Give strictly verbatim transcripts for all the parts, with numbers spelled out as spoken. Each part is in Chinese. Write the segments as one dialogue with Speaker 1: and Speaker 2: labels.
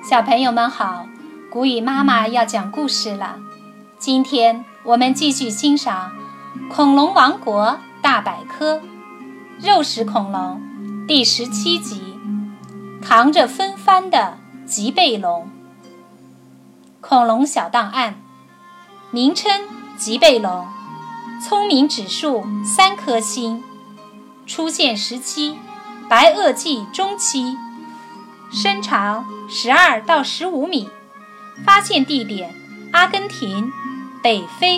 Speaker 1: 小朋友们好，古语妈妈要讲故事了。今天我们继续欣赏《恐龙王国大百科》肉食恐龙第十七集，扛着风帆的棘背龙。恐龙小档案，名称棘背龙，聪明指数三颗星，出现时期白垩纪中期，身长十二到十五米，发现地点阿根廷、北非。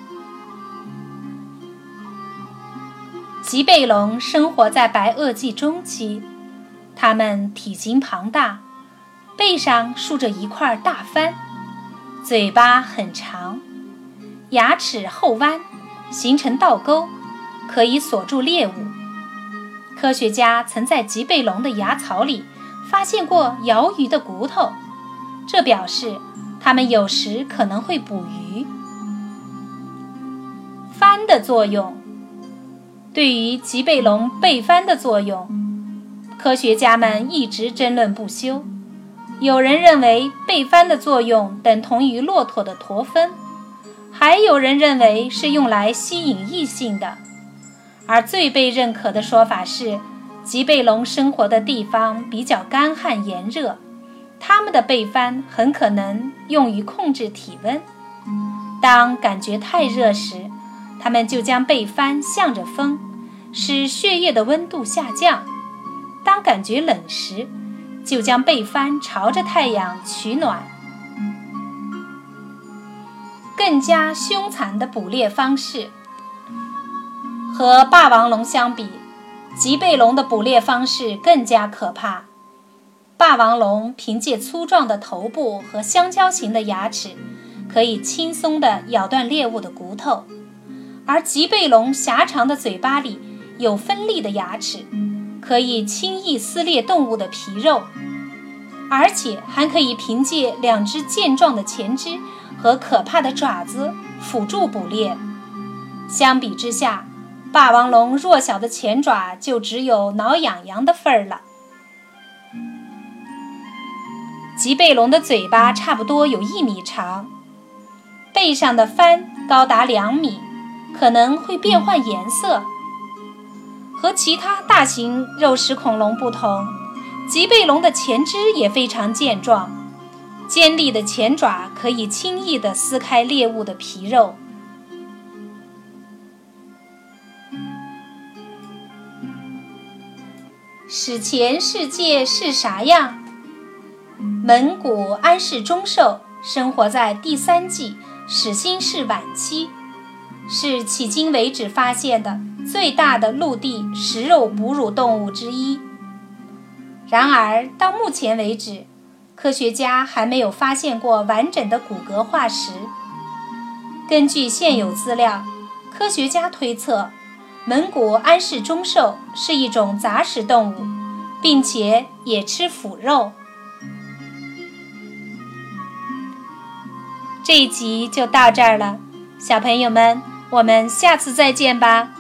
Speaker 1: 棘背龙生活在白垩纪中期，它们体型庞大，背上竖着一块大帆，嘴巴很长，牙齿后弯，形成倒钩，可以锁住猎物。科学家曾在棘背龙的牙槽里发现过鳐鱼的骨头，这表示它们有时可能会捕鱼。帆的作用，对于棘背龙背帆的作用，科学家们一直争论不休。有人认为背帆的作用等同于骆驼的驼峰，还有人认为是用来吸引异性的。而最被认可的说法是，棘背龙生活的地方比较干旱炎热，它们的背帆很可能用于控制体温。当感觉太热时，它们就将背帆向着风，使血液的温度下降；当感觉冷时，就将背帆朝着太阳取暖。更加凶残的捕猎方式，和霸王龙相比，棘背龙的捕猎方式更加可怕。霸王龙凭借粗壮的头部和香蕉形的牙齿，可以轻松地咬断猎物的骨头，而棘背龙狭长的嘴巴里有锋利的牙齿，可以轻易撕裂动物的皮肉，而且还可以凭借两只健壮的前肢和可怕的爪子辅助捕猎。相比之下，霸王龙弱小的前爪就只有挠痒痒的份儿了。棘背龙的嘴巴差不多有一米长，背上的帆高达两米，可能会变换颜色。和其他大型肉食恐龙不同，棘背龙的前肢也非常健壮，尖利的前爪可以轻易地撕开猎物的皮肉。史前世界是啥样？蒙古安氏中兽生活在第三纪始新世晚期，是迄今为止发现的最大的陆地食肉哺乳动物之一。然而到目前为止，科学家还没有发现过完整的骨骼化石。根据现有资料，科学家推测蒙古安氏中兽是一种杂食动物，并且也吃腐肉。这一集就到这儿了，小朋友们，我们下次再见吧。